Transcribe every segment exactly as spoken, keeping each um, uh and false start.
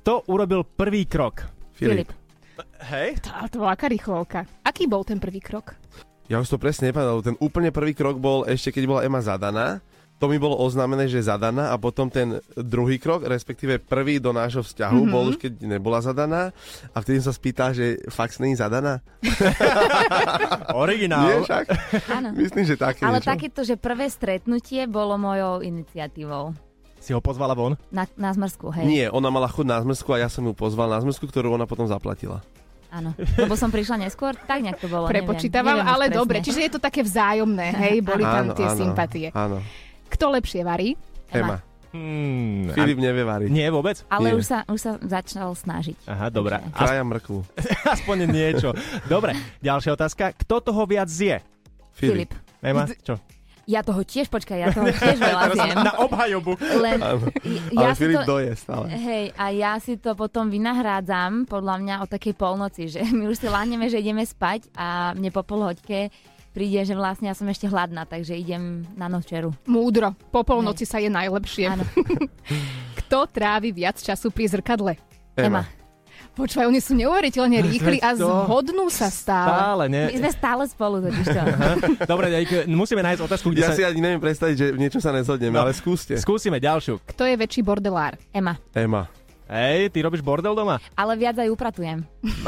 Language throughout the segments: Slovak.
Kto urobil prvý krok? Filip. Hej? To, to bola aká rýchlovka. Aký bol ten prvý krok? Ja už to presne nepamätám. Ten úplne prvý krok bol ešte, keď bola Ema zadaná. To mi bolo oznámené, že je zadaná a potom ten druhý krok, respektíve prvý do nášho vzťahu, mm-hmm. bol už keď nebola zadaná a vtedy som sa spýtal, že fakt není zadaná. Originál. Nie však? Áno. Myslím, že také Ale niečo. takéto, že prvé stretnutie bolo mojou iniciatívou. Si ho pozvala von? Na, na zmrzku, hej. Nie, ona mala chuť na zmrzku a ja som ju pozval na zmrzku, ktorú ona potom zaplatila. Áno, lebo som prišla neskôr, tak nejak to bolo, Prepočítavam, neviem, neviem ale presne. dobre, čiže je to také vzájomné, hej, boli tam Áno, tie áno, sympatie. Áno. Kto lepšie varí? Ema. Hmm, Filip nevie variť. Nie vôbec? Ale Nie. už sa, už sa začal snažiť. Aha, dobrá. Takže- Kraja mrkvu. Aspoň niečo. Dobre, ďalšia otázka. Kto toho viac zje? Filip. Filip. Ema, čo? Ja toho tiež, počkaj, ja toho tiež veľa viem. Na obhajobu. Len Áno. ja Ale si Filip to, doje stále. hej, a ja si to potom vynahrádzam, podľa mňa, o takej polnoci, že my už si láhneme, že ideme spať a mne po polhoďke príde, že vlastne ja som ešte hladná, takže idem na nočeru. Múdro. Po polnoci sa je najlepšie. Áno. Kto trávi viac času pri zrkadle? Ema. Počúvaj, oni sú neuveriteľne rýchli a Veď to- zhodnú sa stále. Stále, My nie? sme stále spolu totiž to. Dobre, Dejk, musíme nájsť otázku, kde Ja sa... si ani neviem predstaviť, že v niečom sa nezhodneme, No. ale skúste. Skúsime ďalšiu. Kto je väčší bordelár? Ema. Ema. Hej, ty robíš bordel doma? Ale viac aj upratujem.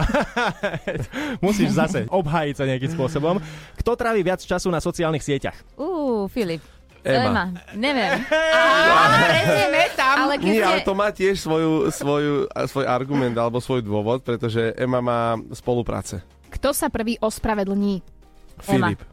Musíš zase obhájiť sa nejakým spôsobom. Kto trávi viac času na sociálnych sieťach? Uú, Filip. Ema. Neviem. Presne tam. Ale keď Nie, ste... ale to má tiež svoju, svoju, svoj argument alebo svoj dôvod, pretože Ema má spolupráce. Kto sa prvý ospravedlní? Ema. Filip.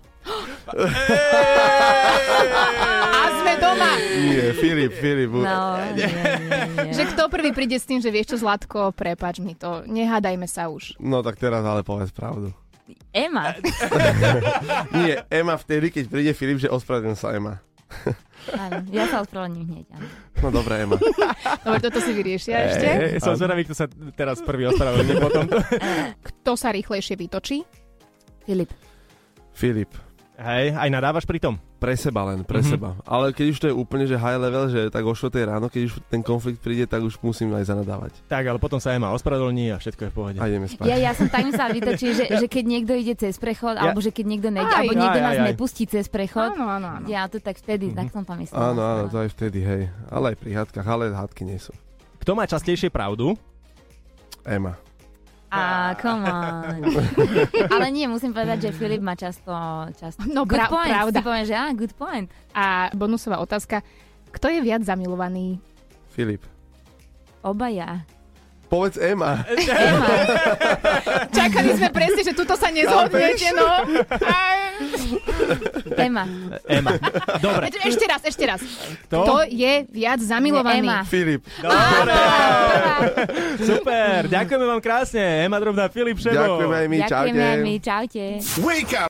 A sme doma. Nie, Filip, Filip. No, nie, nie, nie. Že kto prvý príde s tým, že vieš čo, Zlatko, prepáč mi to, nehádajme sa už. No tak teraz ale povedz pravdu. Ema. Nie, Ema vtedy, keď príde Filip, že ospravedlňujem sa Ema. Áno, ja sa ospravedlním hneď. Áno. No dobré, Ema. Dobre, toto si vyriešia ešte. Hej, som zvedavý, kto sa teraz prvý ospravedlní potom. Kto sa rýchlejšie vytočí? Filip. Filip. Hej, aj nadávaš pri tom? Pre seba len, pre mm-hmm. seba. Ale keď už to je úplne, že high level, že tak o štvrtej ráno, keď už ten konflikt príde, tak už musím aj zanadávať. Tak, ale potom sa Ema ospravedlní a všetko je v pohode. A ideme spať. Ja, ja som tak sa vytočí, že, že keď niekto ide cez prechod, Ja- alebo že keď niekto nejde, Aj, alebo niekto aj, nás aj, aj. nepustí cez prechod. Áno, áno, áno. Ja to tak vtedy, tak som to myslela. Áno, áno, to aj vtedy, hej. Ale aj pri hádkach, ale hádky nie sú. Kto má častejšie pravdu? Ema. A come on. Ale nie, musím povedať, že Filip má často... často... No, good pra- point, pravda. si poviem, že á, good point. A bonusová otázka. Kto je viac zamilovaný? Filip. Obaja. Povedz Ema. Ema. Čakali sme presne, že tuto sa nezhodnete, no. Ema. Ema. Dobre. Ešte raz, ešte raz. Kto? Kto je viac zamilovaný? Ema. Filip. Dobre. Super, ďakujeme vám krásne. Ema Drobná, Filip Šebo. Ďakujeme aj my, čaute. Ďakujeme aj my, čaute. Wake up!